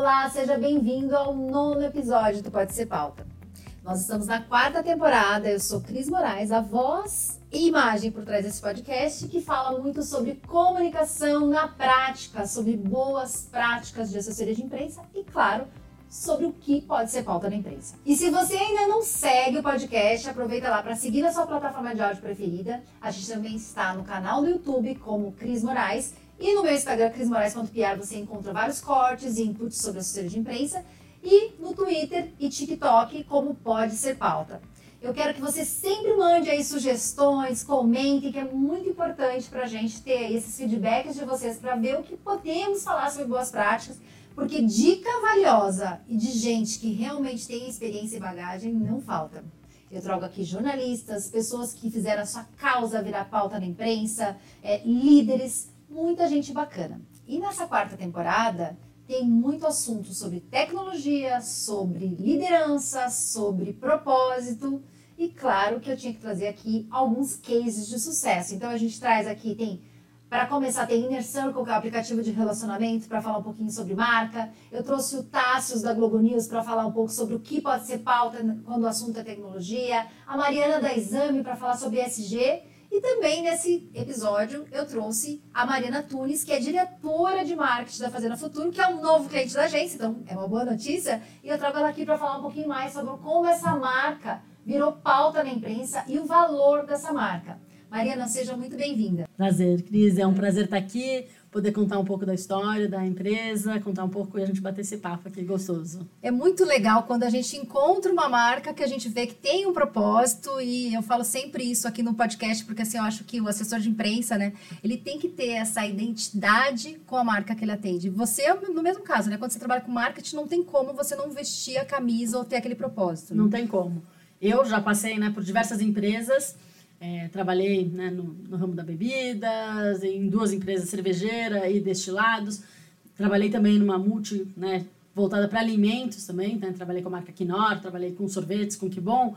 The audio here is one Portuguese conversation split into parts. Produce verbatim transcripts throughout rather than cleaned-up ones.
Olá, seja bem-vindo ao nono episódio do Pode Ser Pauta. Nós estamos na quarta temporada, eu sou Cris Moraes, a voz e imagem por trás desse podcast, que fala muito sobre comunicação na prática, sobre boas práticas de assessoria de imprensa e, claro, sobre o que pode ser pauta na imprensa. E se você ainda não segue o podcast, aproveita lá para seguir na sua plataforma de áudio preferida. A gente também está no canal do YouTube como Cris Moraes e no meu Instagram, cris moraes ponto p r, você encontra vários cortes e inputs sobre assessoria de imprensa e no Twitter e TikTok como Pode Ser Pauta. Eu quero que você sempre mande aí sugestões, comente, que é muito importante para a gente ter esses feedbacks de vocês para ver o que podemos falar sobre boas práticas. Porque dica valiosa e de gente que realmente tem experiência e bagagem não falta. Eu trago aqui jornalistas, pessoas que fizeram a sua causa virar pauta na imprensa, é, líderes, muita gente bacana. E nessa quarta temporada tem muito assunto sobre tecnologia, sobre liderança, sobre propósito. E claro que eu tinha que trazer aqui alguns cases de sucesso. Então a gente traz aqui, tem... Para começar, tem Inner Circle, que é o aplicativo de relacionamento, para falar um pouquinho sobre marca. Eu trouxe o Tássios, da Globo News, para falar um pouco sobre o que pode ser pauta quando o assunto é tecnologia. A Mariana da Exame, para falar sobre E S G. E também, nesse episódio, eu trouxe a Mariana Tunes, que é diretora de marketing da Fazenda Futuro, que é um novo cliente da agência, então é uma boa notícia. E eu trago ela aqui para falar um pouquinho mais sobre como essa marca virou pauta na imprensa e o valor dessa marca. Mariana, seja muito bem-vinda. Prazer, Cris. É um prazer estar aqui, poder contar um pouco da história da empresa, contar um pouco e a gente bater esse papo aqui gostoso. É muito legal quando a gente encontra uma marca que a gente vê que tem um propósito, e eu falo sempre isso aqui no podcast, porque assim, eu acho que o assessor de imprensa, né, ele tem que ter essa identidade com a marca que ele atende. Você, no mesmo caso, né, quando você trabalha com marketing, não tem como você não vestir a camisa ou ter aquele propósito. Né? Não tem como. Eu já passei, né, por diversas empresas. É, trabalhei, né, no, no ramo da bebidas, em duas empresas, cervejeira e destilados. Trabalhei também numa multi, né, voltada para alimentos também. Né? Trabalhei com a marca Knorr, trabalhei com sorvetes, com Que Bom.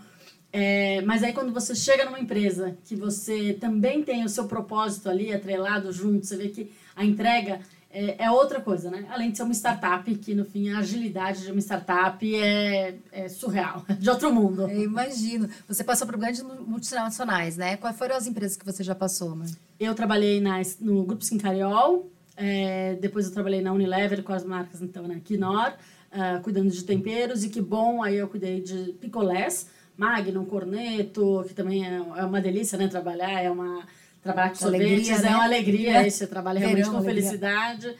É, mas aí quando você chega numa empresa que você também tem o seu propósito ali atrelado junto, você vê que a entrega é, é outra coisa, né? Além de ser uma startup, que no fim a agilidade de uma startup é, é surreal, de outro mundo. Eu imagino. Você passou por grandes multinacionais, né? Quais foram as empresas que você já passou, mãe? Eu trabalhei na, no Grupo Sincariol, é, depois eu trabalhei na Unilever com as marcas, então, né, Knorr, uh, cuidando de temperos, e Que Bom, aí eu cuidei de picolés, Magnum, Corneto, que também é, é uma delícia, né, trabalhar, é uma... Trabalhar com sorvetes alegria, né? É uma alegria, é. Você trabalha realmente Verão, com alegria. Felicidade.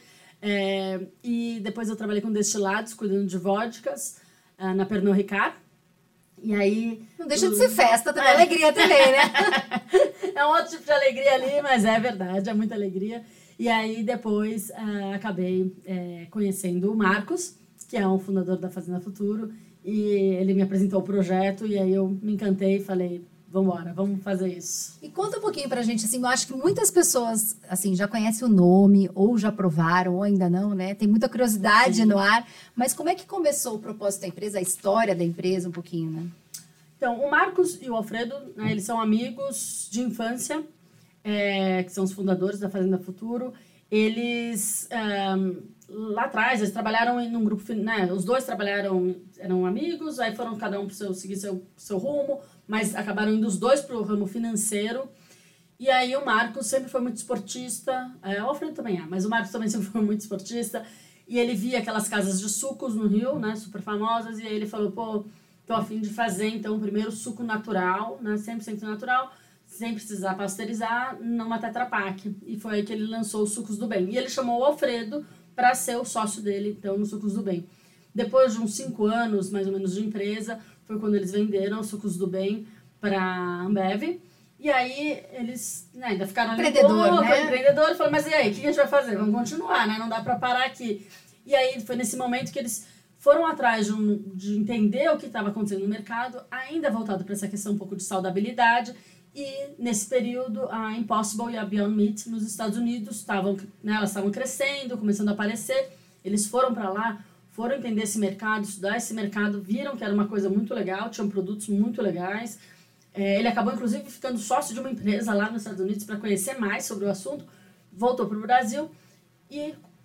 É, e depois eu trabalhei com destilados, cuidando de vodkas, uh, na Pernod Ricard. E aí... Não deixa de ser festa, também é alegria também, né? É um outro tipo de alegria ali, mas é verdade, é muita alegria. E aí depois uh, acabei é, conhecendo o Marcos, que é um fundador da Fazenda Futuro, e ele me apresentou o projeto, e aí eu me encantei e falei... Vamos embora, vamos fazer isso. E conta um pouquinho pra gente, assim, eu acho que muitas pessoas, assim, já conhecem o nome, ou já provaram, ou ainda não, né? Tem muita curiosidade Sim. no ar, mas como é que começou o propósito da empresa, a história da empresa, um pouquinho, né? Então, o Marcos e o Alfredo, né, eles são amigos de infância, é, que são os fundadores da Fazenda Futuro. Eles, um, lá atrás, eles trabalharam em um grupo, né? Os dois trabalharam, eram amigos, aí foram cada um pro seu, seguir seu, seu rumo, mas acabaram indo os dois para o ramo financeiro. E aí o Marcos sempre foi muito esportista, é, o Alfredo também é, mas o Marcos também sempre foi muito esportista, e ele via aquelas casas de sucos no Rio, né, super famosas, e aí ele falou, pô, tô a fim de fazer, então, primeiro suco natural, né, cem por cento natural, sem precisar pasteurizar, numa Tetra Pak. E foi aí que ele lançou os Sucos do Bem. E ele chamou o Alfredo para ser o sócio dele, então, nos Sucos do Bem. Depois de uns cinco anos, mais ou menos, de empresa, foi quando eles venderam os Sucos do Bem para a Ambev. E aí eles, né, ainda ficaram ali empreendedor, pouco, né? empreendedor, e falaram, mas e aí, o que a gente vai fazer? Vamos continuar, né? Não dá para parar aqui. E aí foi nesse momento que eles foram atrás de, um, de entender o que estava acontecendo no mercado, ainda voltado para essa questão um pouco de saudabilidade. E nesse período a Impossible e a Beyond Meat nos Estados Unidos estavam, né, elas estavam crescendo, começando a aparecer. Eles foram para lá, foram entender esse mercado, estudar esse mercado, viram que era uma coisa muito legal, tinham produtos muito legais. É, ele acabou, inclusive, ficando sócio de uma empresa lá nos Estados Unidos para conhecer mais sobre o assunto, voltou para o Brasil e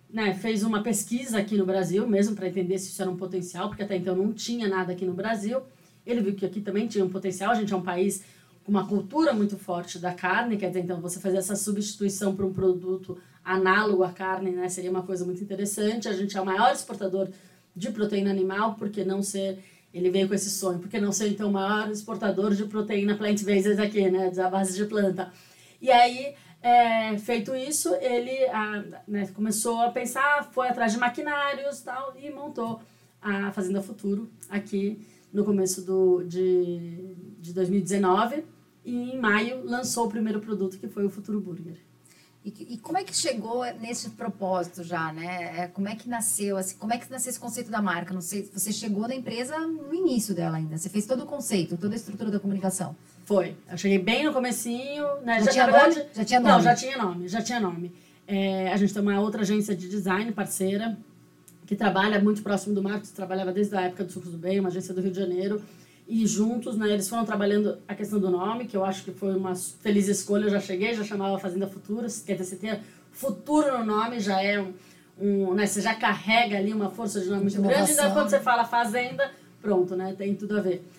né, fez uma pesquisa aqui no Brasil, mesmo para entender se isso era um potencial, porque até então não tinha nada aqui no Brasil. Ele viu que aqui também tinha um potencial. A gente é um país com uma cultura muito forte da carne, quer dizer, então você fazer essa substituição para um produto análogo à carne, né, seria uma coisa muito interessante. A gente é o maior exportador de proteína animal, por que não ser... Ele veio com esse sonho, por que não ser, então, o maior exportador de proteína plant-based aqui, né, à base de planta. E aí, é, feito isso, ele a, né, começou a pensar, foi atrás de maquinários e tal, e montou a Fazenda Futuro aqui no começo do, de, de dois mil e dezenove, e em maio lançou o primeiro produto, que foi o Futuro Burger. E, e como é que chegou nesse propósito já, né? É, como é que nasceu, assim, como é que nasceu esse conceito da marca? Não sei, você chegou na empresa no início dela ainda, você fez todo o conceito, toda a estrutura da comunicação. Foi, eu cheguei bem no comecinho, né? Já, já tinha verdade, nome? Já tinha nome? Não, já tinha nome, já tinha nome. É, a gente tem uma outra agência de design parceira, que trabalha muito próximo do marketing, trabalhava desde a época do Sucos do Bem, uma agência do Rio de Janeiro, e juntos, né, eles foram trabalhando a questão do nome, que eu acho que foi uma feliz escolha. Eu já cheguei, já chamava Fazenda Futuro, quer dizer, você ter futuro no nome já é um, um né, você já carrega ali uma força de nome muito grande, então quando você fala Fazenda, pronto, né, tem tudo a ver.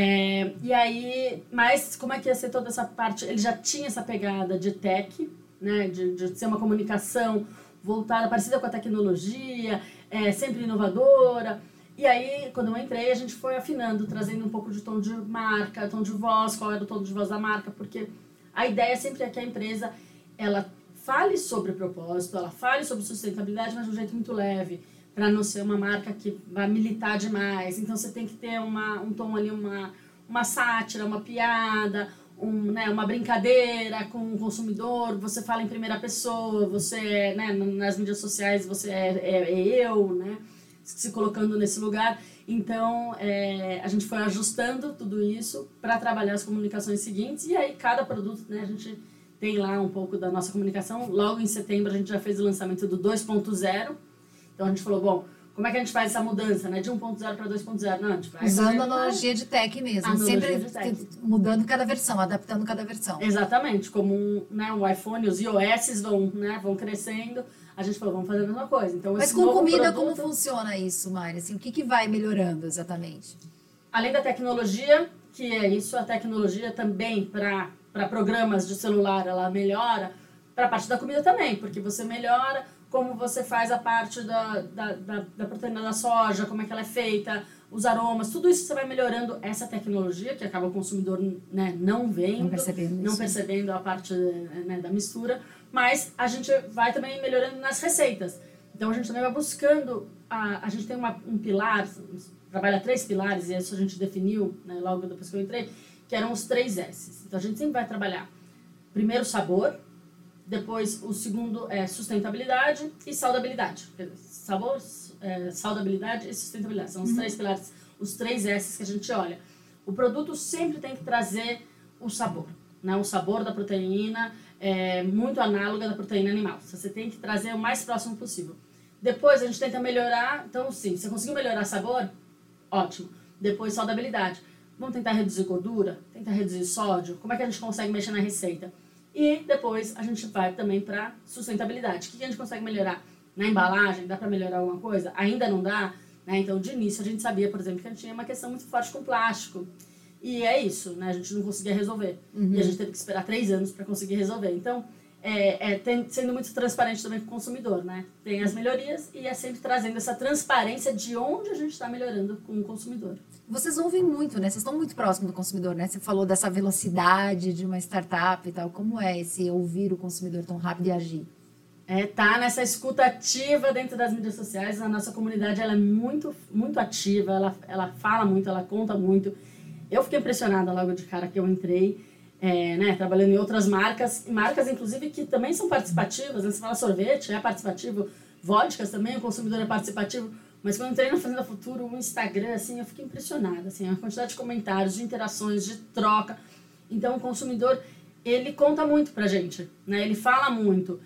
É, e aí, mas como é que ia ser toda essa parte? Ele já tinha essa pegada de tech, né, de, de ser uma comunicação voltada, parecida com a tecnologia, é, sempre inovadora. E aí, quando eu entrei, a gente foi afinando, trazendo um pouco de tom de marca, tom de voz, qual era o tom de voz da marca, porque a ideia sempre é que a empresa, ela fale sobre propósito, ela fale sobre sustentabilidade, mas de um jeito muito leve, para não ser uma marca que vai militar demais. Então, você tem que ter uma, um tom ali, uma, uma sátira, uma piada, um, né, uma brincadeira com o consumidor, você fala em primeira pessoa, você, né, nas mídias sociais, você é, é, é eu, né? Se colocando nesse lugar. Então, é, a gente foi ajustando tudo isso para trabalhar as comunicações seguintes, e aí cada produto, né, a gente tem lá um pouco da nossa comunicação. Logo em setembro a gente já fez o lançamento do dois ponto zero, então a gente falou, bom, como é que a gente faz essa mudança, né, de um ponto zero para dois ponto zero? Não, a gente vai usando a analogia de tech mesmo, analogia sempre de tech. mudando cada versão, adaptando cada versão. Exatamente, como um, né, um iPhone, os iOS vão, né, vão crescendo, a gente falou, vamos fazer a mesma coisa. Então, mas com comida, produto, como funciona isso, Mari? Assim, o que, que vai melhorando exatamente? Além da tecnologia, que é isso, a tecnologia também para para programas de celular, ela melhora, para a parte da comida também, porque você melhora como você faz a parte da, da, da, da proteína da soja, como é que ela é feita, os aromas, tudo isso você vai melhorando essa tecnologia, que acaba o consumidor, né, não vendo, não percebendo, não percebendo a parte, né, da mistura, mas a gente vai também melhorando nas receitas. Então a gente também vai buscando, a, a gente tem uma, um pilar, trabalha três pilares, e isso a gente definiu, né, logo depois que eu entrei, que eram os três S's. Então a gente sempre vai trabalhar primeiro sabor, depois o segundo é sustentabilidade e saudabilidade. Sabor, é, saudabilidade e sustentabilidade. São os uhum. três pilares, os três S's que a gente olha. O produto sempre tem que trazer o sabor, né? O sabor da proteína é muito análoga da proteína animal. Você tem que trazer o mais próximo possível. Depois a gente tenta melhorar, então sim, você conseguiu melhorar sabor? Ótimo. Depois saudabilidade. Vamos tentar reduzir gordura, tentar reduzir sódio, como é que a gente consegue mexer na receita? E depois a gente vai também para sustentabilidade. O que a gente consegue melhorar? Na embalagem, dá para melhorar alguma coisa? Ainda não dá? Né? Então, de início, a gente sabia, por exemplo, que a gente tinha uma questão muito forte com plástico. E é isso, né? A gente não conseguia resolver. Uhum. E a gente teve que esperar três anos para conseguir resolver. Então, é, é tem, sendo muito transparente também com o consumidor, né? Tem as melhorias e é sempre trazendo essa transparência de onde a gente está melhorando com o consumidor. Vocês ouvem muito, né? Vocês estão muito próximos do consumidor, né? Você falou dessa velocidade de uma startup e tal. Como é esse ouvir o consumidor tão rápido e agir? É, tá nessa escuta ativa dentro das mídias sociais. A nossa comunidade, ela é muito, muito ativa, ela, ela fala muito, ela conta muito. Eu fiquei impressionada logo de cara que eu entrei, é, né, trabalhando em outras marcas, marcas inclusive que também são participativas, né? Você fala sorvete, é participativo, vodkas também, o consumidor é participativo, mas quando eu entrei na Fazenda Futuro, o Instagram, assim, eu fiquei impressionada, assim, a quantidade de comentários, de interações, de troca. Então, o consumidor, ele conta muito pra gente, né? Ele fala muito.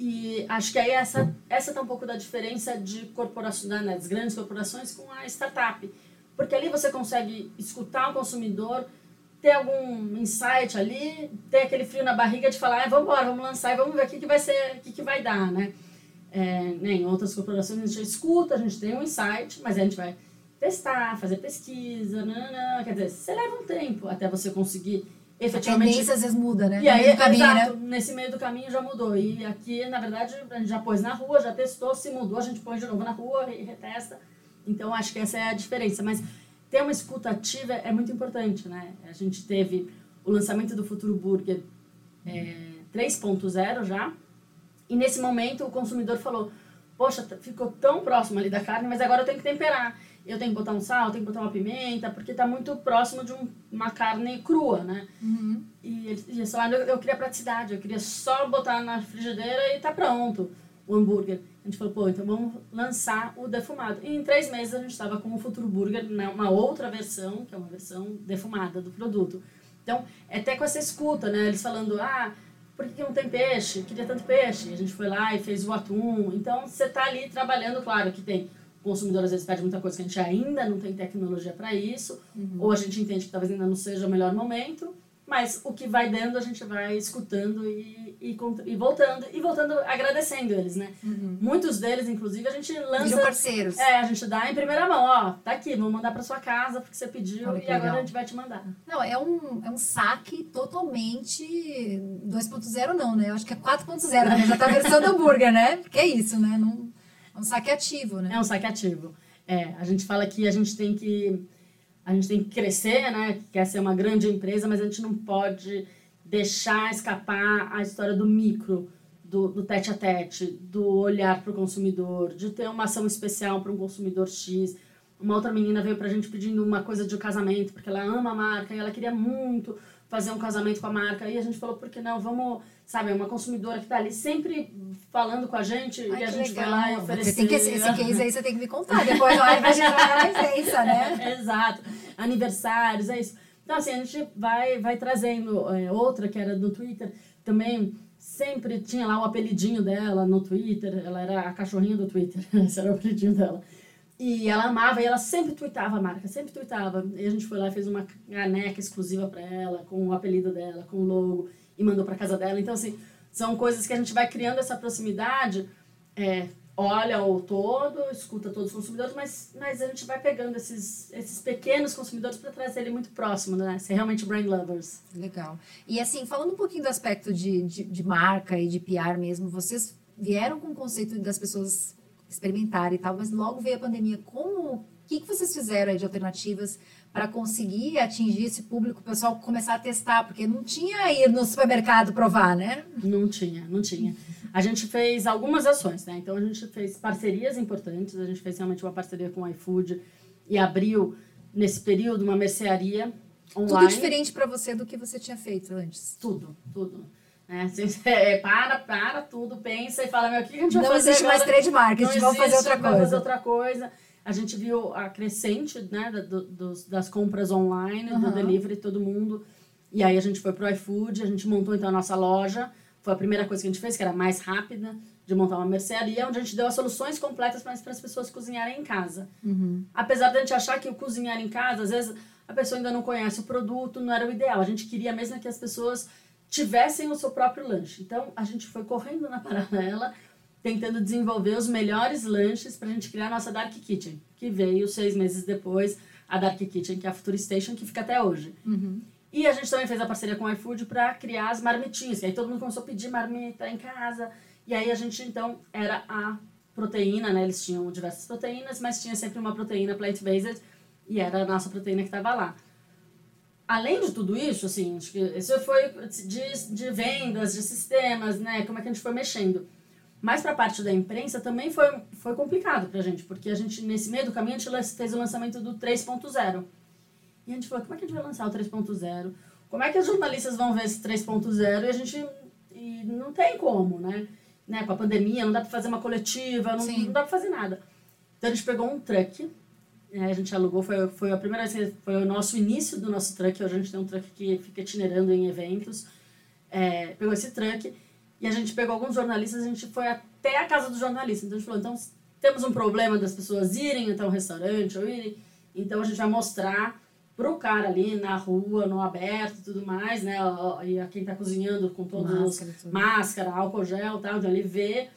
E acho que aí essa, essa tá um pouco da diferença de corporação, né, das grandes corporações com a startup. Porque ali você consegue escutar o consumidor, ter algum insight ali, ter aquele frio na barriga de falar, ah, vamos embora, vamos lançar e vamos ver o que, que vai ser, o que, que vai dar, né? é, né, em outras corporações a gente escuta, a gente tem um insight, mas a gente vai testar, fazer pesquisa, nanana, quer dizer, você leva um tempo até você conseguir efetivamente... A tendência às vezes muda, né? E aí, meio do caminho, exato, né? nesse meio do caminho já mudou. E aqui, na verdade, a gente já pôs na rua, já testou, se mudou, a gente põe de novo na rua e retesta. Então, acho que essa é a diferença. Mas ter uma escuta ativa é muito importante, né? A gente teve o lançamento do Futuro Burger é, três ponto zero já. E nesse momento o consumidor falou, poxa, ficou tão próximo ali da carne, mas agora eu tenho que temperar. Eu tenho que botar um sal, tenho que botar uma pimenta, porque está muito próximo de um, uma carne crua, né? Uhum. E eles, eles falaram, eu, eu queria praticidade, eu queria só botar na frigideira e tá pronto o hambúrguer. A gente falou, pô, então vamos lançar o defumado. E em três meses a gente estava com o Futuro Burger, uma outra versão, que é uma versão defumada do produto. Então, é até com essa escuta, né? Eles falando, ah, por que não tem peixe? Eu queria tanto peixe. E a gente foi lá e fez o atum. Então, você tá ali trabalhando, claro que tem... O consumidor às vezes pede muita coisa que a gente ainda não tem tecnologia para isso, uhum. ou a gente entende que talvez ainda não seja o melhor momento, mas o que vai dando a gente vai escutando e, e, e voltando, e voltando agradecendo eles, né? Uhum. Muitos deles, inclusive, a gente lança... Viram parceiros. É, a gente dá em primeira mão, ó, tá aqui, vamos mandar para sua casa porque você pediu. Olha, e agora legal. A gente vai te mandar. Não, é um, é um saque totalmente dois ponto zero não, né? Eu acho que é quatro ponto zero, né? Já tá a versão do hambúrguer, né? Porque é isso, né? Não... É um saque ativo, né? É um saque ativo. É, a gente fala que a gente tem que a gente tem que crescer, né? Quer ser uma grande empresa, mas a gente não pode deixar escapar a história do micro, do, do tete a tete, do olhar para o consumidor, de ter uma ação especial para um consumidor X. Uma outra menina veio pra gente pedindo uma coisa de casamento, porque ela ama a marca e ela queria muito fazer um casamento com a marca. E a gente falou, por que não? Vamos, sabe, uma consumidora que tá ali sempre falando com a gente. Ai, e a gente legal. foi lá e ofereceu. Você tem que, esse case aí você tem que me contar. Depois vai gerar a licença, né? Exato. Aniversários, é isso. Então, assim, a gente vai, vai trazendo é, outra que era do Twitter. Também sempre tinha lá o apelidinho dela no Twitter. Ela era a cachorrinha do Twitter. Esse era o apelidinho dela. E ela amava, e ela sempre tweetava a marca, sempre tweetava. E a gente foi lá e fez uma caneca exclusiva para ela, com o apelido dela, com o logo, e mandou para casa dela. Então, assim, são coisas que a gente vai criando essa proximidade, é, olha o todo, escuta todos os consumidores, mas, mas a gente vai pegando esses, esses pequenos consumidores para trazer ele muito próximo, né? Ser realmente brand lovers. Legal. E assim, falando um pouquinho do aspecto de, de, de marca e de P R mesmo, vocês vieram com o conceito das pessoas experimentar e tal, mas logo veio a pandemia. Como, o que, que vocês fizeram aí de alternativas para conseguir atingir esse público, o pessoal começar a testar? Porque não tinha ir no supermercado provar, né? Não tinha, não tinha. A gente fez algumas ações, né? Então a gente fez parcerias importantes, a gente fez realmente uma parceria com o iFood e abriu, nesse período, uma mercearia online. Tudo diferente para você do que você tinha feito antes? Tudo, tudo. É, assim, é, para, para tudo, pensa e fala, meu, o que a gente vai não fazer existe agora? mais trade marketing, vamos fazer outra coisa. Vamos fazer outra coisa. A gente viu a crescente, né, do, dos, das compras online, uhum. do delivery, todo mundo. E aí a gente foi pro iFood, a gente montou então a nossa loja. Foi a primeira coisa que a gente fez, que era mais rápida, de montar uma mercearia, onde a gente deu as soluções completas para as pessoas cozinharem em casa. Uhum. Apesar de a gente achar que o cozinhar em casa, às vezes a pessoa ainda não conhece o produto, não era o ideal. A gente queria mesmo que as pessoas tivessem o seu próprio lanche. Então, a gente foi correndo na paralela, tentando desenvolver os melhores lanches para a gente criar a nossa Dark Kitchen, que veio seis meses depois, a Dark Kitchen, que é a Future Station, que fica até hoje. Uhum. E a gente também fez a parceria com o iFood para criar as marmitinhas, que aí todo mundo começou a pedir marmita em casa. E aí a gente, então, era a proteína, né? Eles tinham diversas proteínas, mas tinha sempre uma proteína plant-based, e era a nossa proteína que estava lá. Além de tudo isso, assim, acho que isso foi de, de vendas, de sistemas, né? Como é que a gente foi mexendo. Mas para a parte da imprensa também foi, foi complicado pra gente, porque a gente, nesse meio do caminho, a gente fez o lançamento do três ponto zero. E a gente falou, como é que a gente vai lançar o três ponto zero? Como é que os jornalistas vão ver esse três ponto zero? E a gente e não tem como, né? né? Com a pandemia, não dá para fazer uma coletiva, não, não dá para fazer nada. Então a gente pegou um truck. É, a gente alugou, foi, foi a primeira vez, foi o nosso início do nosso truck. Hoje a gente tem um truck que fica itinerando em eventos. É, pegou esse truck e a gente pegou alguns jornalistas, a gente foi até a casa do jornalista. Então a gente falou, então temos um problema das pessoas irem até um restaurante ou irem, então a gente vai mostrar pro cara ali na rua, no aberto e tudo mais, né? E a quem tá cozinhando com todos máscara, os, máscara álcool gel e tal, então ele vê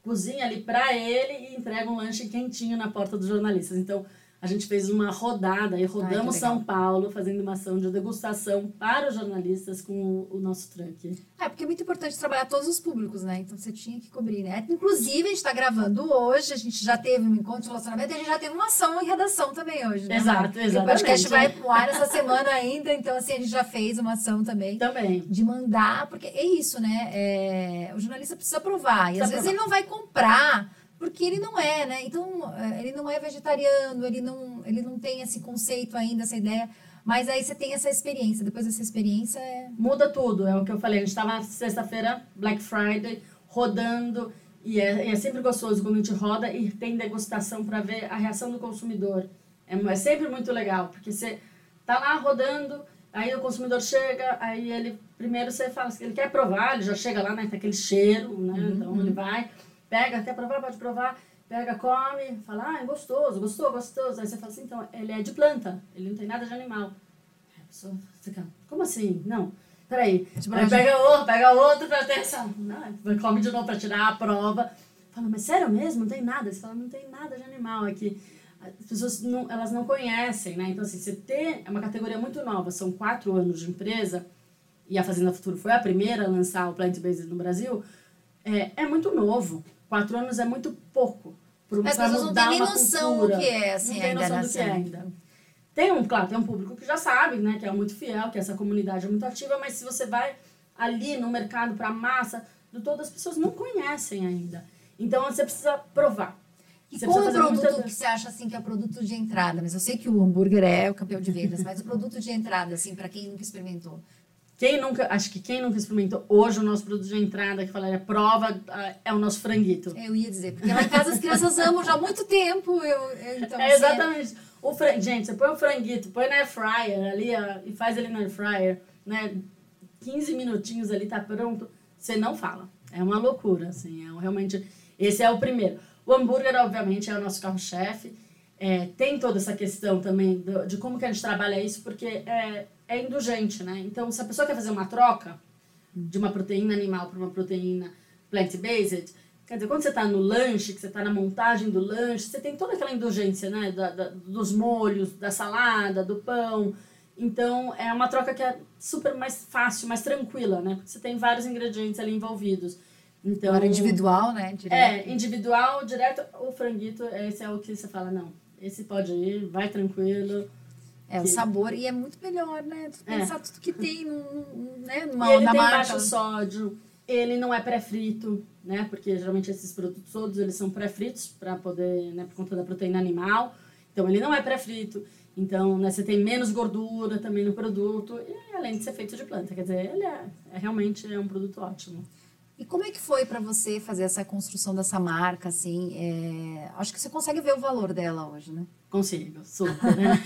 cozinha ali para ele e entrega um lanche quentinho na porta dos jornalistas. Então, a gente fez uma rodada e rodamos Ai, São Paulo fazendo uma ação de degustação para os jornalistas com o, o nosso truck. É, porque é muito importante trabalhar todos os públicos, né? Então você tinha que cobrir, né? Inclusive, a gente está gravando hoje, a gente já teve um encontro de relacionamento e a gente já teve uma ação em redação também hoje, né? Exato, exatamente. E o podcast vai pro ar essa semana ainda, então assim, a gente já fez uma ação também. Também. De mandar, porque é isso, né? É, o jornalista precisa provar. E Precisa às vezes provar. ele não vai comprar porque ele não é, né? Então, ele não é vegetariano, ele não, ele não tem esse conceito ainda, essa ideia. Mas aí você tem essa experiência. Depois dessa experiência é... Muda tudo, é o que eu falei. A gente estava sexta-feira, Black Friday, rodando. E é, é sempre gostoso quando a gente roda e tem degustação para ver a reação do consumidor. É, é sempre muito legal, porque você tá lá rodando, aí o consumidor chega, aí ele... Primeiro você fala que ele quer provar, ele já chega lá, né? Tem aquele cheiro, né? Uhum. Então ele vai... Pega, quer provar, pode provar. Pega, come, fala, ah, é gostoso, gostou, gostoso. Aí você fala assim, então, ele é de planta, ele não tem nada de animal. Aí a pessoa fica, como assim? Não, peraí. Aí pega outro, pega outro pra ter essa... Não, come de novo pra tirar a prova. Fala, mas sério mesmo? Não tem nada? Você fala, não tem nada de animal aqui. As pessoas, não, elas não conhecem, né? Então, assim, você tem... É uma categoria muito nova, são quatro anos de empresa, e a Fazenda Futuro foi a primeira a lançar o plant-based no Brasil, é, é muito novo. Quatro anos é muito pouco. Por, As pessoas não têm nem noção do que é, assim, não tem ainda noção do que é ainda. Tem um, claro, tem um público que já sabe, né, que é muito fiel, que essa comunidade é muito ativa, mas se você vai ali no mercado para massa, do todo as pessoas não conhecem ainda. Então você precisa provar. E Você qual é o precisa fazer produto muita... que você acha assim que é o produto de entrada? Mas eu sei que o hambúrguer é o campeão de vendas, mas o produto de entrada, assim, para quem nunca experimentou. Quem nunca, acho que quem nunca experimentou hoje o nosso produto de entrada, que falaria prova, é o nosso franguito. Eu ia dizer, porque lá em casa as crianças amam já há muito tempo. Eu, eu, então, É exatamente. O fran... Gente, você põe o franguito, põe na air fryer ali, ó, e faz ele na air fryer, né? quinze minutinhos ali, tá pronto. Você não fala. É uma loucura, assim. É realmente... Esse é o primeiro. O hambúrguer, obviamente, é o nosso carro-chefe. É, tem toda essa questão também do, de como que a gente trabalha isso, porque é, é indulgente, né? Então, se a pessoa quer fazer uma troca de uma proteína animal para uma proteína plant-based, quer dizer, quando você está no lanche, que você está na montagem do lanche, você tem toda aquela indulgência, né? Da, da, dos molhos, da salada, do pão. Então, é uma troca que é super mais fácil, mais tranquila, né? Porque você tem vários ingredientes ali envolvidos. Então, agora individual, né? Direto. É, individual, direto. O franguito, esse é o que você fala, não, esse pode ir, vai tranquilo. É, que... o sabor, e é muito melhor, né? Tu É. pensar tudo que tem num, né? Numa, E ele na tem marca. baixo sódio, ele não é pré-frito, né? Porque geralmente esses produtos todos, eles são pré-fritos para poder, né, por conta da proteína animal. Então, ele não é pré-frito. Então, né, você tem menos gordura também no produto, e além de ser feito de planta. Quer dizer, ele é, é realmente é um produto ótimo. E como é que foi para você fazer essa construção dessa marca, assim? É... Acho que você consegue ver o valor dela hoje, né? Consigo, super, né?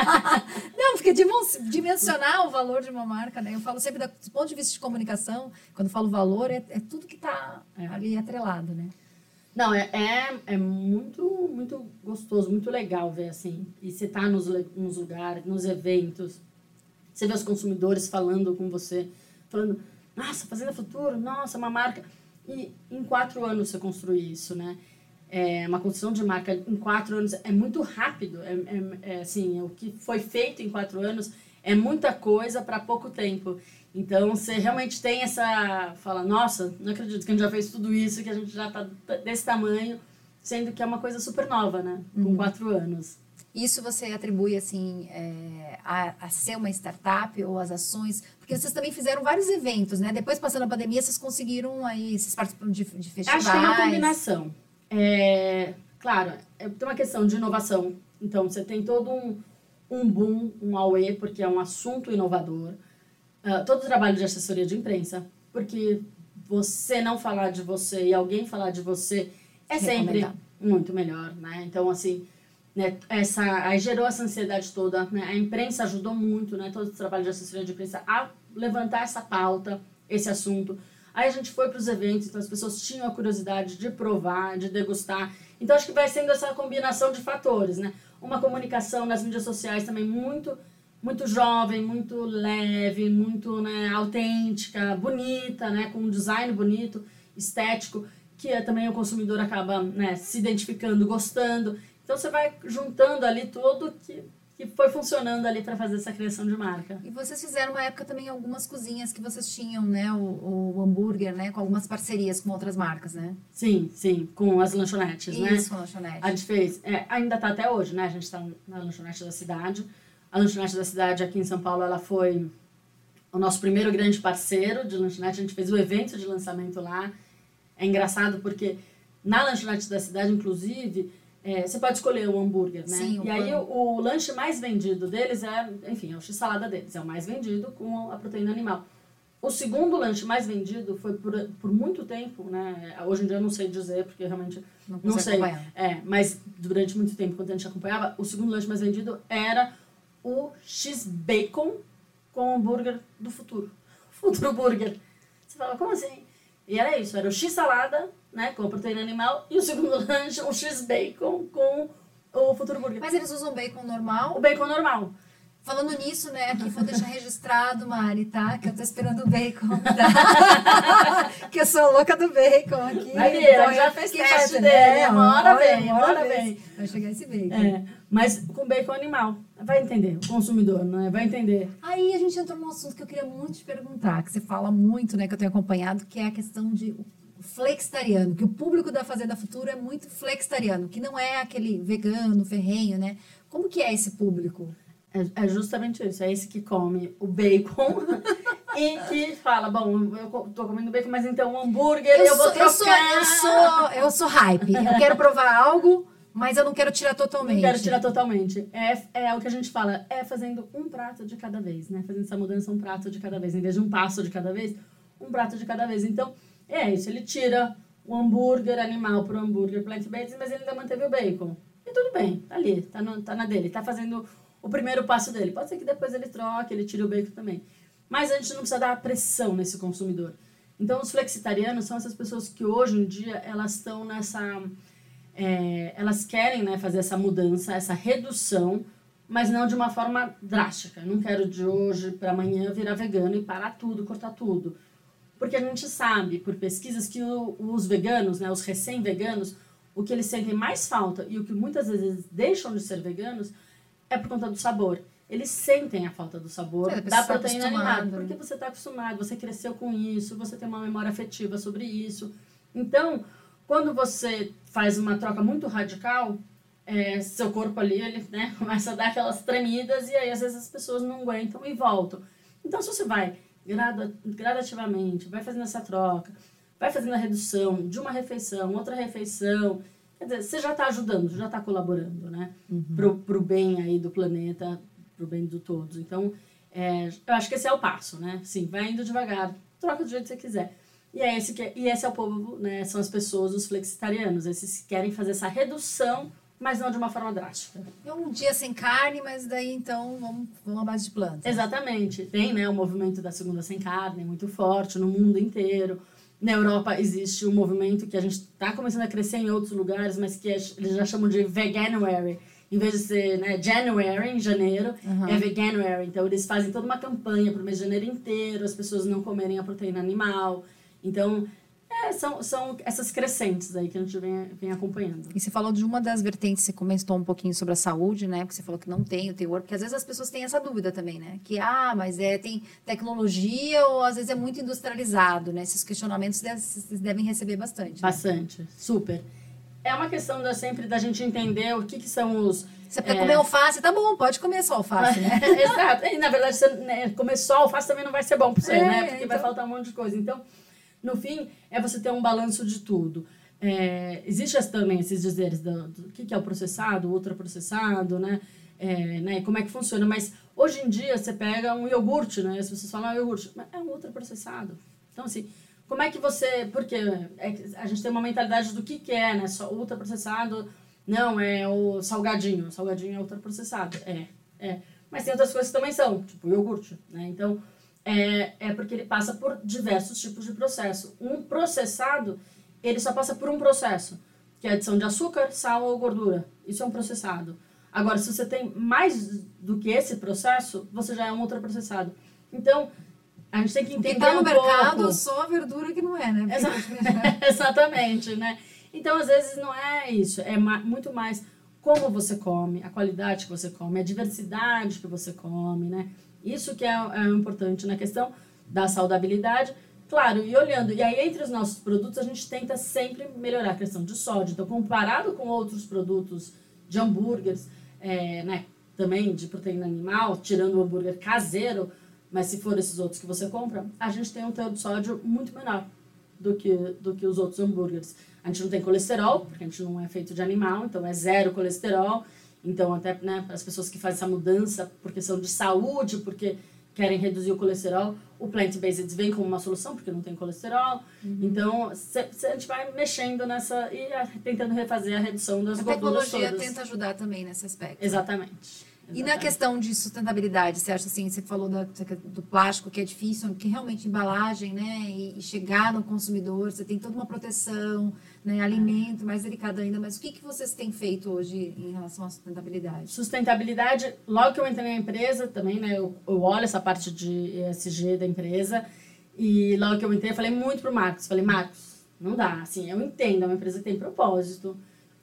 Não, porque dimensionar o valor de uma marca, né? Eu falo sempre da, do ponto de vista de comunicação, quando eu falo valor, é, é tudo que está É. ali atrelado, né? Não, é, é, é muito, muito gostoso, muito legal ver, assim. E você tá nos, nos lugares, nos eventos, você vê os consumidores falando com você, falando, nossa, Fazenda Futuro, nossa, uma marca. E em quatro anos você construir isso, né? É, uma construção de marca em quatro anos é muito rápido. É, é, é assim, o que foi feito em quatro anos é muita coisa para pouco tempo. Então, você realmente tem essa... Fala, nossa, não acredito que a gente já fez tudo isso, que a gente já está desse tamanho, sendo que é uma coisa super nova, né? Com Uhum. quatro anos. Isso você atribui, assim, é, a, a ser uma startup ou as ações? Porque vocês também fizeram vários eventos, né? Depois, passando a pandemia, vocês conseguiram aí... Vocês participam de, de festivais. Acho que é uma combinação. É, claro, é, tem uma questão de inovação. Então, você tem todo um, um boom, um auê, porque é um assunto inovador. Uh, todo o trabalho de assessoria de imprensa, porque você não falar de você e alguém falar de você é sempre muito melhor, né? Então, assim, né, essa, aí gerou essa ansiedade toda, né? A imprensa ajudou muito, né? Todo o trabalho de assessoria de imprensa a levantar essa pauta, esse assunto. Aí a gente foi para os eventos, então as pessoas tinham a curiosidade de provar, de degustar. Então, acho que vai sendo essa combinação de fatores, né? Uma comunicação nas mídias sociais também muito... muito jovem, muito leve, muito, né, autêntica, bonita, né, com um design bonito, estético, que é, também o consumidor acaba, né, se identificando, gostando. Então você vai juntando ali tudo que, que foi funcionando ali para fazer essa criação de marca. E vocês fizeram uma época também algumas cozinhas que vocês tinham, né, o, o hambúrguer, né, com algumas parcerias com outras marcas, né? Sim, sim, com as lanchonetes, Isso, né? Isso, com a lanchonete. A gente fez, é, ainda tá até hoje, né? A gente tá na lanchonete da cidade. A lanchonete da cidade aqui em São Paulo, ela foi o nosso primeiro grande parceiro de lanchonete. A gente fez o evento de lançamento lá. É engraçado porque na lanchonete da cidade, inclusive, é, você pode escolher o hambúrguer, né? Sim, e aí o, o lanche mais vendido deles é, enfim, é o x-salada deles. É o mais vendido com a proteína animal. O segundo lanche mais vendido foi por, por muito tempo, né? Hoje em dia eu não sei dizer, porque realmente não, não sei. É, mas durante muito tempo, quando a gente acompanhava, o segundo lanche mais vendido era o X-Bacon com hambúrguer do futuro. Futuro Burger. Você fala, como assim? E era isso, era o X-salada, né, com a proteína animal, e o segundo lanche, o X-Bacon com o Futuro Burger. Mas eles usam bacon normal? O bacon normal. Falando nisso, né, aqui vou deixar registrado, Mari, tá? Que eu tô esperando o bacon, tá? Que eu sou louca do bacon aqui. Vai ver, então, já fez teste faz, dele, né? uma hora vem, uma hora vem. Vai chegar esse bacon. É, mas com bacon animal. Vai entender, o consumidor, né? Vai entender. Aí a gente entrou num assunto que eu queria muito te perguntar, que você fala muito, né, que eu tenho acompanhado, que é a questão de flexitariano, que o público da Fazenda Futuro é muito flexitariano, que não é aquele vegano, ferrenho, né? Como que é esse público? É, é justamente isso, é esse que come o bacon e que fala, bom, eu tô comendo bacon, mas então o hambúrguer eu, eu vou sou, trocar. Eu sou, eu sou, eu sou hype, eu quero provar algo, mas eu não quero tirar totalmente. Não quero tirar totalmente. É, é o que a gente fala, é fazendo um prato de cada vez, né? Fazendo essa mudança um prato de cada vez, em vez de um passo de cada vez, um prato de cada vez. Então, é isso, ele tira o hambúrguer animal pro hambúrguer plant-based, mas ele ainda manteve o bacon. E tudo bem, tá ali, tá, no, tá na dele, tá fazendo o primeiro passo dele. Pode ser que depois ele troque, ele tire o bacon também. Mas a gente não precisa dar pressão nesse consumidor. Então, os flexitarianos são essas pessoas que hoje em dia, elas estão nessa... É, elas querem, né, fazer essa mudança, essa redução, mas não de uma forma drástica. Eu não quero de hoje para amanhã virar vegano e parar tudo, cortar tudo. Porque a gente sabe, por pesquisas, que o, os veganos, né, os recém-veganos, o que eles sentem mais falta e o que muitas vezes deixam de ser veganos é por conta do sabor. Eles sentem a falta do sabor é, da proteína animal. Né? Porque você está acostumado, você cresceu com isso, você tem uma memória afetiva sobre isso. Então, quando você faz uma troca muito radical, é, seu corpo ali, ele, né, começa a dar aquelas tremidas e aí às vezes as pessoas não aguentam e voltam. Então, se você vai gradu- gradativamente, vai fazendo essa troca, vai fazendo a redução de uma refeição, outra refeição, quer dizer, você já está ajudando, já está colaborando, né? Uhum. Pro, pro bem aí do planeta, pro bem do todos. Então, é, eu acho que esse é o passo, né? Sim, vai indo devagar, troca do jeito que você quiser. E, é esse, que, e esse é o povo, né? São as pessoas, os flexitarianos, esses que querem fazer essa redução, mas não de uma forma drástica. É um dia sem carne, mas daí então vamos, vamos à base de plantas. Exatamente. Tem, né, o movimento da segunda sem carne, muito forte no mundo inteiro. Na Europa existe um movimento que a gente está começando a crescer em outros lugares, mas que é, eles já chamam de Veganuary. Em vez de ser, né, January, em janeiro, uhum. é Veganuary. Então, eles fazem toda uma campanha para o mês de janeiro inteiro, as pessoas não comerem a proteína animal. Então, é, são, são essas crescentes aí que a gente vem, vem acompanhando. E você falou de uma das vertentes, você comentou um pouquinho sobre a saúde, né? Porque você falou que não tem o teor, porque às vezes as pessoas têm essa dúvida também, né? Que, ah, mas é, tem tecnologia ou às vezes é muito industrializado, né? Esses questionamentos vocês devem receber bastante. Bastante, né? Super. É uma questão da, sempre da gente entender o que, que são os... Você quer é... comer alface? Tá bom, pode comer só alface, né? Exato. E, na verdade, você, né, comer só alface também não vai ser bom para você, é, né? Porque então... vai faltar um monte de coisa. Então, no fim, é você ter um balanço de tudo. É, Existem também esses dizeres do, do que, que é o processado, o ultraprocessado, né? É, né? Como é que funciona. Mas, hoje em dia, você pega um iogurte, né? As pessoas falam, ah, iogurte. Mas é um ultraprocessado. Então, assim... Como é que você... Porque a gente tem uma mentalidade do que, que é, né? Só ultraprocessado, não, é o salgadinho. O salgadinho é ultraprocessado. É, é. Mas tem outras coisas que também são, tipo o iogurte, né? Então, é, é porque ele passa por diversos tipos de processo. Um processado, ele só passa por um processo, que é a adição de açúcar, sal ou gordura. Isso é um processado. Agora, se você tem mais do que esse processo, você já é um ultraprocessado. Então... a gente tem que entender Quem tá no um mercado, pouco. só a verdura que não é, né? Exa Exatamente, né? Então, às vezes, não é isso. É ma muito mais como você come, a qualidade que você come, a diversidade que você come, né? Isso que é, é importante na questão da saudabilidade. Claro, e olhando, e aí entre os nossos produtos a gente tenta sempre melhorar a questão de sódio. Então, comparado com outros produtos de hambúrgueres, é, né, também de proteína animal, tirando o hambúrguer caseiro, mas se for esses outros que você compra, a gente tem um teor de sódio muito menor do que, do que os outros hambúrgueres. A gente não tem colesterol, porque a gente não é feito de animal, então é zero colesterol. Então, até, né, para as pessoas que fazem essa mudança por questão de saúde, porque querem reduzir o colesterol, o plant-based vem como uma solução, porque não tem colesterol. Uhum. Então, cê, cê, a gente vai mexendo nessa e a, tentando refazer a redução das a gorduras todas. A tecnologia tenta ajudar também nesse aspecto. Exatamente. E na questão de sustentabilidade, você acha assim, você falou da, do plástico, que é difícil, que realmente embalagem, né, e, e chegar no consumidor, você tem toda uma proteção, né, alimento, mais delicado ainda, mas o que, que vocês têm feito hoje em relação à sustentabilidade? Sustentabilidade, logo que eu entrei na empresa também, né, eu, eu olho essa parte de E S G da empresa, e logo que eu entrei, eu falei muito pro Marcos, falei, Marcos, não dá, assim, eu entendo, é uma empresa que tem propósito.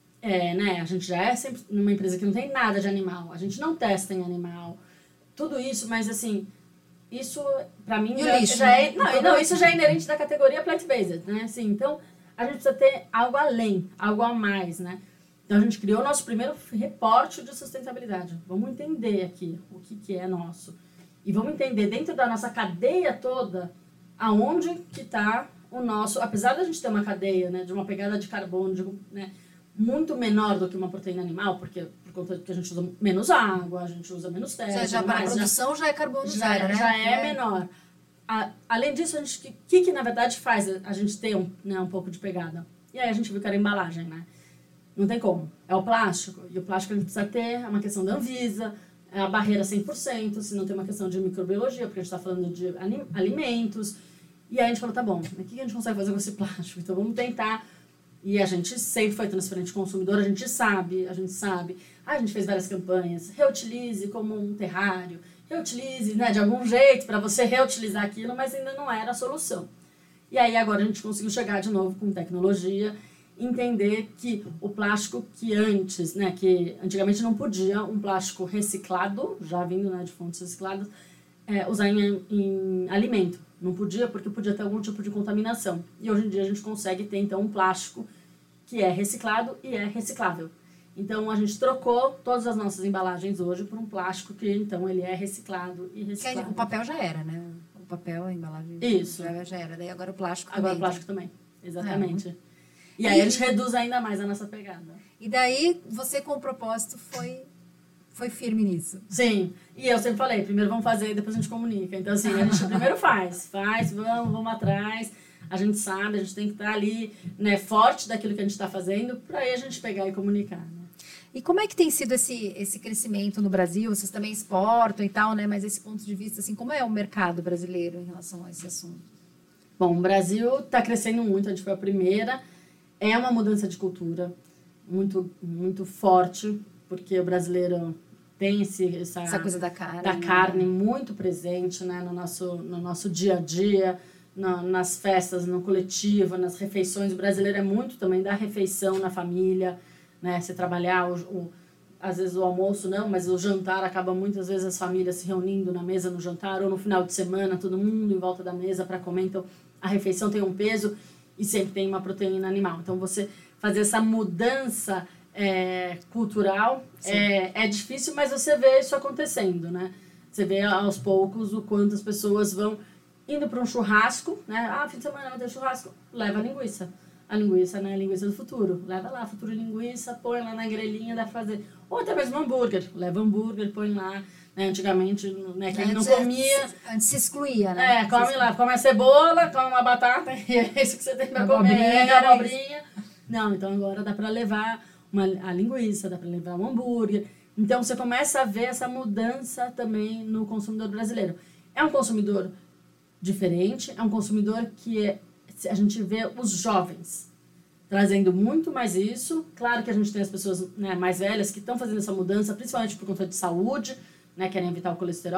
É, né? A gente já é sempre numa empresa que não tem nada de animal, a gente não testa em animal, tudo isso, mas assim, isso pra mim já, lixo, já né? é. Não, não, isso já é inerente da categoria plant-based, né? Assim, então, a gente precisa ter algo além, algo a mais, né? Então a gente criou o nosso primeiro reporte de sustentabilidade. Vamos entender aqui o que, que é nosso. E vamos entender dentro da nossa cadeia toda aonde que está o nosso. Apesar da gente ter uma cadeia, né, de uma pegada de carbono, de, né, muito menor do que uma proteína animal, porque por conta de que a gente usa menos água, a gente usa menos terra. Já, já para a produção já, já é carbono já, zero, né? Já é, é. menor. A, além disso, o que, que, que na verdade faz a gente ter um, né, um pouco de pegada? E aí a gente viu que era a embalagem, né? Não tem como. É o plástico. E o plástico a gente precisa ter, é uma questão da Anvisa, é a barreira cem por cento, se não tem uma questão de microbiologia, porque a gente está falando de alimentos. E aí a gente falou, tá bom, o que a gente consegue fazer com esse plástico? Então vamos tentar. E a gente sempre foi transparente consumidor, a gente sabe, a gente sabe. Ah, a gente fez várias campanhas, reutilize como um terrário, reutilize, né, de algum jeito para você reutilizar aquilo, mas ainda não era a solução. E aí agora a gente conseguiu chegar de novo com tecnologia, entender que o plástico que antes, né, que antigamente não podia, um plástico reciclado, já vindo, né, de fontes recicladas, é, usar em, em alimento. Não podia porque podia ter algum tipo de contaminação. E hoje em dia a gente consegue ter, então, um plástico que é reciclado e é reciclável. Então, a gente trocou todas as nossas embalagens hoje por um plástico que, então, ele é reciclado e reciclável. O papel já era, né? O papel, a embalagem Isso. já era. Daí agora o plástico agora também. Agora o plástico também, exatamente. É. E aí a gente reduz ainda mais a nossa pegada. E daí, você com o propósito foi... Foi firme nisso. Sim. E eu sempre falei, primeiro vamos fazer e depois a gente comunica. Então, assim, a gente primeiro faz. Faz, vamos, vamos atrás. A gente sabe, a gente tem que estar ali, né, forte daquilo que a gente está fazendo, para aí a gente pegar e comunicar, né? E como é que tem sido esse, esse crescimento no Brasil? Vocês também exportam e tal, né? Mas esse ponto de vista, assim, como é o mercado brasileiro em relação a esse assunto? Bom, o Brasil está crescendo muito, a gente foi a primeira. É uma mudança de cultura muito, muito forte, porque o brasileiro tem esse, essa, essa coisa da carne, da carne muito presente, né, no, nosso, no nosso dia a dia, no, nas festas, no coletivo, nas refeições. O brasileiro é muito também da refeição na família, né, você trabalhar, o, o, às vezes o almoço não, mas o jantar acaba muitas vezes as famílias se reunindo na mesa no jantar, ou no final de semana, todo mundo em volta da mesa para comer. Então, a refeição tem um peso e sempre tem uma proteína animal. Então, você fazer essa mudança... É, cultural é, é difícil, mas você vê isso acontecendo, né? Você vê aos poucos o quanto as pessoas vão indo para um churrasco, né? Ah, fim de semana vai ter churrasco, leva a linguiça. A linguiça, né? A linguiça do futuro. Leva lá, futuro linguiça, põe lá na grelhinha, dá pra fazer. Ou até mesmo hambúrguer. Leva hambúrguer, põe lá. Né? Antigamente, né? Quem não comia... Antes se excluía, né? É, come lá. Come a cebola, come uma batata, e é isso que você tem pra comer. É, a abobrinha. Não, então agora dá pra levar... Uma, a linguiça, dá para levar um hambúrguer. Então, você começa a ver essa mudança também no consumidor brasileiro. É um consumidor diferente, é um consumidor que é, a gente vê os jovens trazendo muito mais isso. Claro que a gente tem as pessoas, né, mais velhas que estão fazendo essa mudança, principalmente por conta de saúde, né, querem evitar o colesterol,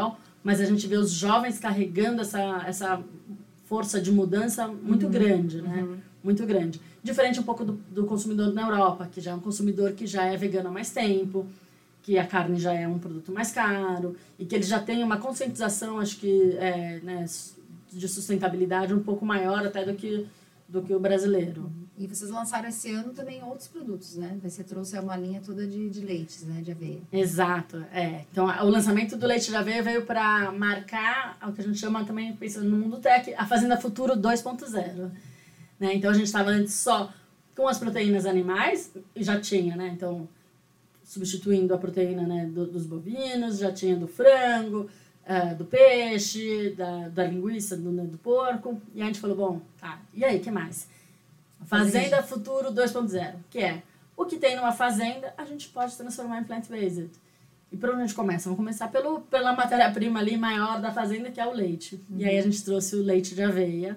mas a gente vê os jovens carregando essa, essa força de mudança muito uhum. grande, né? Uhum. Muito grande. Diferente um pouco do, do consumidor na Europa, que já é um consumidor que já é vegano há mais tempo, que a carne já é um produto mais caro, e que ele já tem uma conscientização, acho que, é, né, de sustentabilidade um pouco maior até do que, do que o brasileiro. E vocês lançaram esse ano também outros produtos, né? Você trouxe uma linha toda de, de leites, né? De aveia. Exato, é. Então, o lançamento do leite de aveia veio para marcar o que a gente chama também, pensando no mundo tech, a Fazenda Futuro dois ponto zero. Né? Então, a gente estava antes só com as proteínas animais, e já tinha, né? Então, substituindo a proteína, né, do, dos bovinos, já tinha do frango, uh, do peixe, da, da linguiça, do, né, do porco. E a gente falou, bom, tá, e aí, o que mais? Fazenda Futuro dois ponto zero, que é o que tem numa fazenda, a gente pode transformar em plant-based. E por onde a gente começa? Vamos começar pelo, pela matéria-prima ali maior da fazenda, que é o leite. Uhum. E aí a gente trouxe o leite de aveia,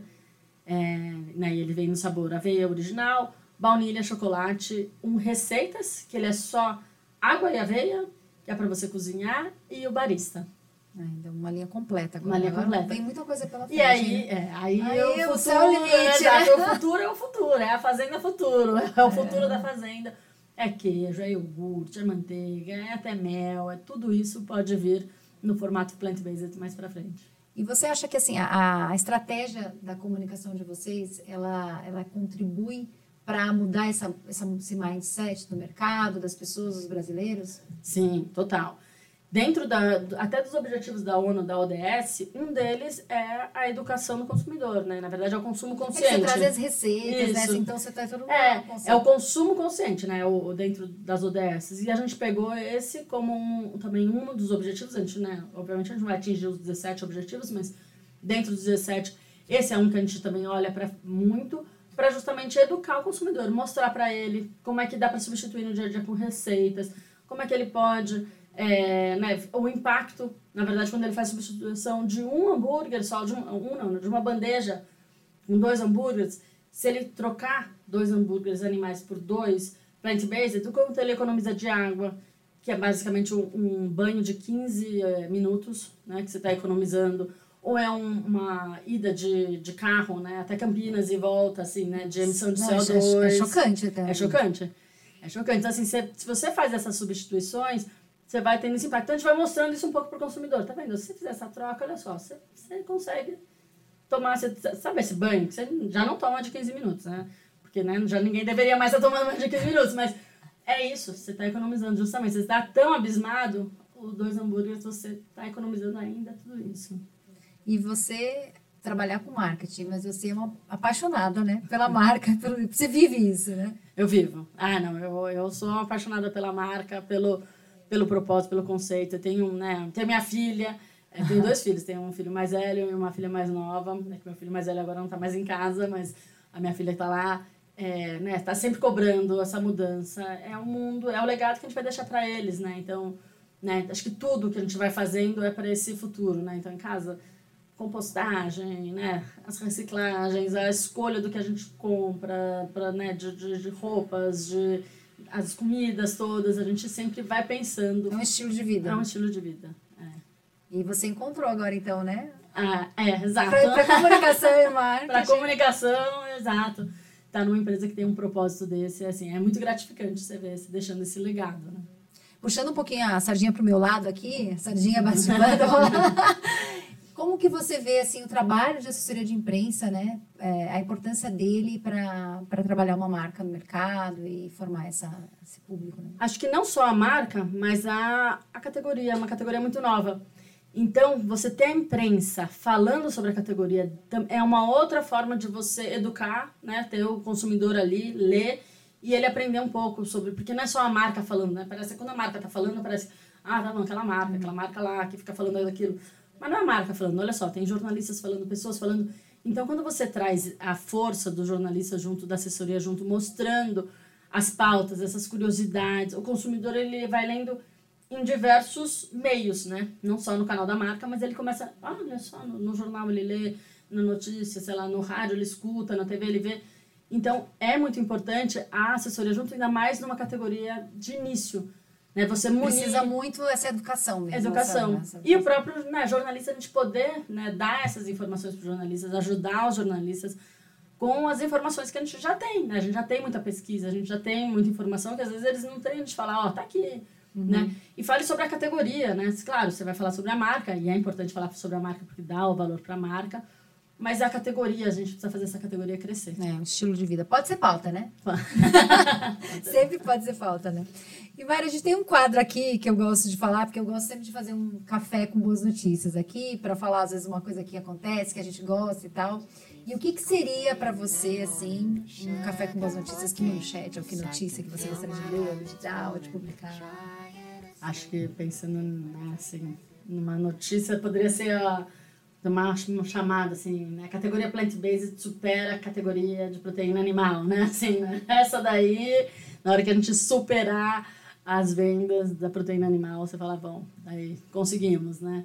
é, né, e ele vem no sabor aveia original, baunilha, chocolate, um receitas, que ele é só água e aveia, que é para você cozinhar, e o barista. Ainda uma linha completa agora. Uma linha agora completa. Tem muita coisa pela frente. E aí, é, aí, aí o futuro, futuro, é o limite, né? né? O futuro é o futuro, é a fazenda futuro, é o futuro é. da fazenda. É queijo, é iogurte, é manteiga, é até mel, é tudo isso pode vir no formato plant-based mais pra frente. E você acha que assim, a, a estratégia da comunicação de vocês, ela, ela contribui para mudar essa, essa, esse mindset do mercado, das pessoas, dos brasileiros? Sim, total. Dentro da, até dos objetivos da ONU, da O D S, um deles é a educação do consumidor, né? Na verdade, é o consumo consciente. É que você traz as receitas, Isso. né? Então, você traz todo mundo. É, é o consumo consciente, né? O, dentro das O D S. E a gente pegou esse como um, também um dos objetivos. A gente, né? Obviamente, a gente não vai atingir os dezessete objetivos, mas dentro dos dezessete, esse é um que a gente também olha para muito, para justamente educar o consumidor, mostrar para ele como é que dá para substituir no dia a dia com receitas, como é que ele pode... É, né, o impacto, na verdade, quando ele faz substituição de um hambúrguer só, de, um, um, não, de uma bandeja com dois hambúrgueres, se ele trocar dois hambúrgueres animais por dois plant-based, do quanto ele economiza de água, que é basicamente um, um banho de quinze é, minutos, né, que você está economizando, ou é um, uma ida de, de carro, né, até Campinas e volta, assim, né, de emissão de não, C O dois. É, é chocante até. É chocante. É chocante. Então, assim, se, se você faz essas substituições, você vai tendo esse impacto. Então, a gente vai mostrando isso um pouco para o consumidor. Tá vendo? Se você fizer essa troca, olha só, você, você consegue tomar... Você, sabe esse banho que você já não toma de quinze minutos, né? Porque né, já ninguém deveria mais estar tomando mais de quinze minutos. Mas é isso, você está economizando justamente. Você está tão abismado, os dois hambúrgueres, você está economizando ainda tudo isso. E você trabalhar com marketing, mas você é uma apaixonada, né? Pela marca, pelo, você vive isso, né? Eu vivo. Ah, não, eu, eu sou apaixonada pela marca, pelo... pelo propósito, pelo conceito. Eu tenho, né, tenho minha filha, eu tenho dois filhos, tenho um filho mais velho e uma filha mais nova, né, que meu filho mais velho agora não está mais em casa, mas a minha filha está lá, é, né, tá sempre cobrando essa mudança. É o mundo, é o legado que a gente vai deixar para eles, né? Então, né, acho que tudo que a gente vai fazendo é para esse futuro, né? Então, em casa, compostagem, né, as reciclagens, a escolha do que a gente compra, pra, né, de, de, de roupas, de as comidas todas, a gente sempre vai pensando. É um estilo de vida. É um estilo de vida, é. E você encontrou agora, então, né? Ah, é, exato. Para comunicação e marketing. Para comunicação, exato. Tá numa empresa que tem um propósito desse, assim, é muito gratificante você ver se deixando esse legado, né? Puxando um pouquinho a sardinha pro meu lado aqui, a sardinha basculando. Como que você vê assim, o trabalho de assessoria de imprensa, né? É, a importância dele para trabalhar uma marca no mercado e formar essa, esse público? Né? Acho que não só a marca, mas a, a categoria, uma categoria muito nova. Então, você ter a imprensa falando sobre a categoria é uma outra forma de você educar, né? Ter o consumidor ali, ler e ele aprender um pouco sobre... Porque não é só a marca falando, né? Parece que quando a marca está falando, parece... Ah, tá bom, aquela marca, aquela marca lá que fica falando daquilo... Mas não é a marca falando, olha só, tem jornalistas falando, pessoas falando. Então, quando você traz a força do jornalista junto, da assessoria junto, mostrando as pautas, essas curiosidades, o consumidor ele vai lendo em diversos meios, né? Não só no canal da marca, mas ele começa, ah, olha só, no, no jornal ele lê, na notícia, sei lá, no rádio ele escuta, na T V ele vê. Então, é muito importante a assessoria junto, ainda mais numa categoria de início. Né? Você munir... Precisa muito essa educação mesmo. Educação. Essa, essa E o próprio, né, jornalista, a gente poder, né, dar essas informações para os jornalistas, ajudar os jornalistas com as informações que a gente já tem, né? A gente já tem muita pesquisa, a gente já tem muita informação que às vezes eles não têm de falar, ó, oh, tá aqui, uhum. né? E fale sobre a categoria, né? Claro, você vai falar sobre a marca, e é importante falar sobre a marca porque dá o valor para a marca, mas a categoria, a gente precisa fazer essa categoria crescer. É, um estilo de vida. Pode ser pauta, né? Sempre pode ser pauta, né? E, Mari, a gente tem um quadro aqui que eu gosto de falar, porque eu gosto sempre de fazer um café com boas notícias aqui, para falar, às vezes, uma coisa que acontece, que a gente gosta e tal. E o que, que seria para você, assim, um café com boas notícias, que manchete ou que notícia que você gostaria de ler, de dar ou de publicar? Acho que pensando, né, assim, numa notícia, poderia ser a, uma, uma chamada, assim, né, a categoria plant-based supera a categoria de proteína animal, né, assim, né, essa daí, na hora que a gente superar as vendas da proteína animal, você fala, bom, aí conseguimos, né.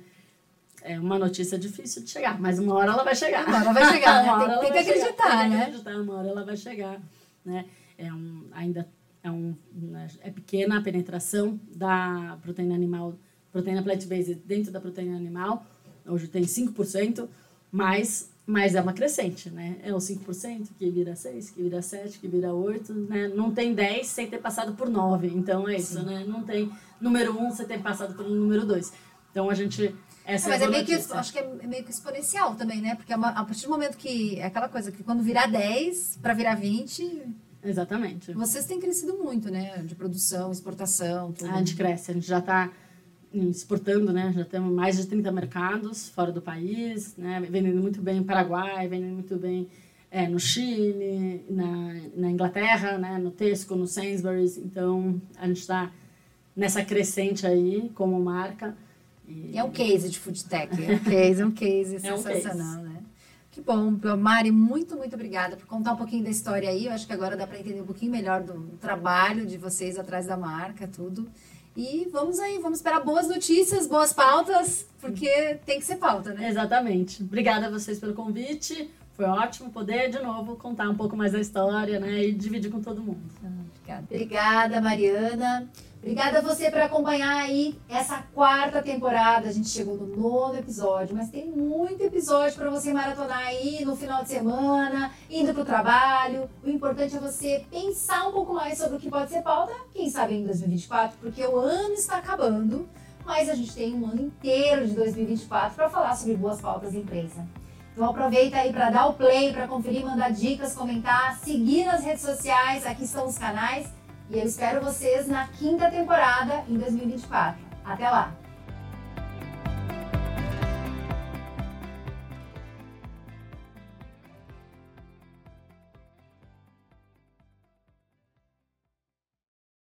É uma notícia difícil de chegar, mas uma hora ela vai chegar. Uma hora vai chegar, uma né? hora Tem, tem que acreditar, chegar, né? Tem que acreditar, uma hora ela vai chegar, né? É um, ainda é, um, é pequena a penetração da proteína animal, proteína plant-based dentro da proteína animal. Hoje tem cinco por cento, mas, mas é uma crescente, né? É os cinco por cento que vira seis por cento, que vira sete por cento, que vira oito por cento, né? Não tem dez por cento sem ter passado por nove por cento. Então é isso, Sim. né? Não tem número um sem ter passado pelo número dois. Então a gente... Essa é, mas é, é meio notícia. que, acho que é meio que exponencial também, né? Porque é uma, a partir do momento que... É aquela coisa que quando virar dez para virar vinte... Exatamente. Vocês têm crescido muito, né? De produção, exportação, tudo. A gente cresce. A gente já está exportando, né? Já temos mais de trinta mercados fora do país, né? Vendendo muito bem no Paraguai, vendendo muito bem é, no Chile, na, na Inglaterra, né? No Tesco, no Sainsbury's. Então, a gente está nessa crescente aí como marca. E é um case de food tech, é um case, é um case sensacional, é um case. Né? Que bom, Mari, muito, muito obrigada por contar um pouquinho da história aí. Eu acho que agora dá para entender um pouquinho melhor do trabalho de vocês atrás da marca, tudo. E vamos aí, vamos esperar boas notícias, boas pautas, porque tem que ser pauta, né? Exatamente. Obrigada a vocês pelo convite. Foi ótimo poder, de novo, contar um pouco mais da história, né? E dividir com todo mundo. Obrigada. Obrigada, Mariana. Obrigada a você por acompanhar aí essa quarta temporada. A gente chegou no nono episódio, mas tem muito episódio para você maratonar aí no final de semana, indo para o trabalho. O importante é você pensar um pouco mais sobre o que pode ser pauta, quem sabe em dois mil e vinte e quatro, porque o ano está acabando, mas a gente tem um ano inteiro de dois mil e vinte e quatro para falar sobre boas pautas de imprensa. Então aproveita aí para dar o play, para conferir, mandar dicas, comentar, seguir nas redes sociais, aqui estão os canais. E eu espero vocês na quinta temporada em dois mil e vinte e quatro. Até lá!